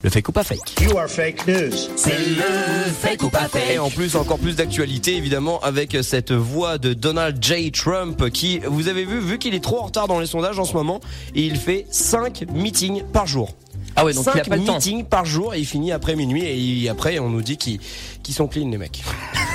le fake ou pas fake. You are fake news. C'est le fake ou pas fake. Et en plus, encore plus d'actualité, évidemment, avec cette voix de Donald J. Trump qui, vous avez vu qu'il est trop en retard dans les sondages en ce moment, et il fait 5 meetings par jour. Ah ouais, donc il a pas le temps. 5 meetings par jour et il finit après minuit et après on nous dit qu'ils sont clean les mecs.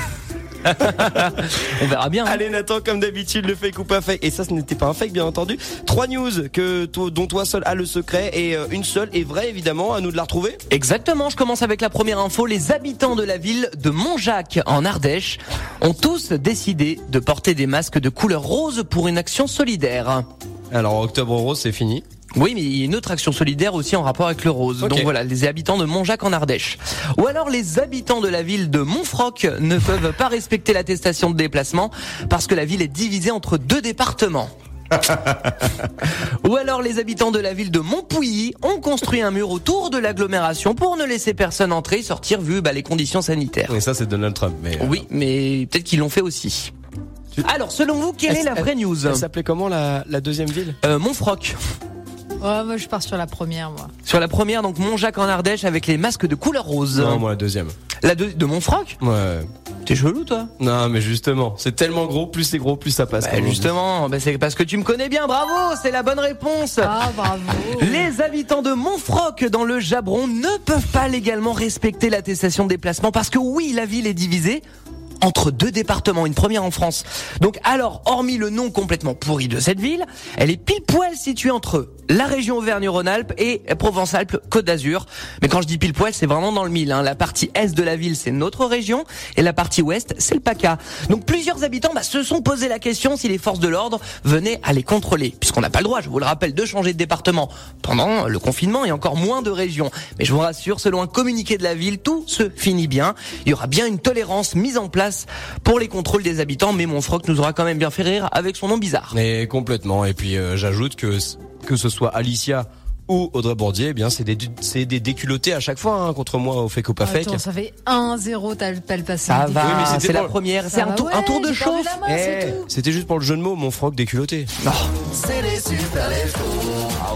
On verra bien. Allez Nathan, comme d'habitude, le fake ou pas fake. Et ça, ce n'était pas un fake, bien entendu. 3 news dont toi seul as le secret et une seule est vraie, évidemment. À nous de la retrouver. Exactement, je commence avec la première info. Les habitants de la ville de Montjac, en Ardèche, ont tous décidé de porter des masques de couleur rose pour une action solidaire. Alors, Octobre Rose, c'est fini. Oui, mais il y a une autre action solidaire aussi en rapport avec le rose. Okay. Donc voilà, les habitants de Montjac en Ardèche. Ou alors les habitants de la ville de Montfroc ne peuvent pas respecter l'attestation de déplacement parce que la ville est divisée entre 2 départements. Ou alors les habitants de la ville de Montpouilly ont construit un mur autour de l'agglomération pour ne laisser personne entrer et sortir vu les conditions sanitaires. Et ça, c'est Donald Trump. Mais Oui, mais peut-être qu'ils l'ont fait aussi. Alors, selon vous, quelle est la vraie news ? Elle s'appelait comment la deuxième ville ? Montfroc. Ouais, moi je pars sur la première, moi. Sur la première, donc Montjac en Ardèche avec les masques de couleur rose. Non, moi la deuxième. De Montfroc ? Ouais. T'es chelou, toi ? Non, mais justement, c'est tellement gros, plus c'est gros, plus ça passe. Justement, c'est parce que tu me connais bien, bravo, c'est la bonne réponse. Ah, bravo. Les habitants de Montfroc dans le Jabron ne peuvent pas légalement respecter l'attestation de déplacement parce que oui, la ville est divisée entre 2 départements, une première en France. Donc alors, hormis le nom complètement pourri de cette ville, elle est pile poil située entre la région Auvergne-Rhône-Alpes et Provence-Alpes-Côte d'Azur. Mais quand je dis pile poil, c'est vraiment dans le mille. La partie est de la ville, c'est notre région, et la partie ouest, c'est le PACA. Donc plusieurs habitants se sont posé la question si les forces de l'ordre venaient à les contrôler, puisqu'on n'a pas le droit, je vous le rappelle, de changer de département pendant le confinement et encore moins de régions. Mais je vous rassure, selon un communiqué de la ville, tout se finit bien. Il y aura bien une tolérance mise en place pour les contrôles des habitants, mais Montfroc nous aura quand même bien fait rire avec son nom bizarre. Et complètement. Et puis j'ajoute que ce soit Alicia ou Audrey Bordier, eh bien c'est des déculottés à chaque fois contre moi au fake ou pas fake. Attends, ça fait 1-0, t'as pas le passé. Ça va, oui, mais c'est la première, c'est un tour de chauffe. C'était juste pour le jeu de mots, mon froc déculotté. C'est les super infos.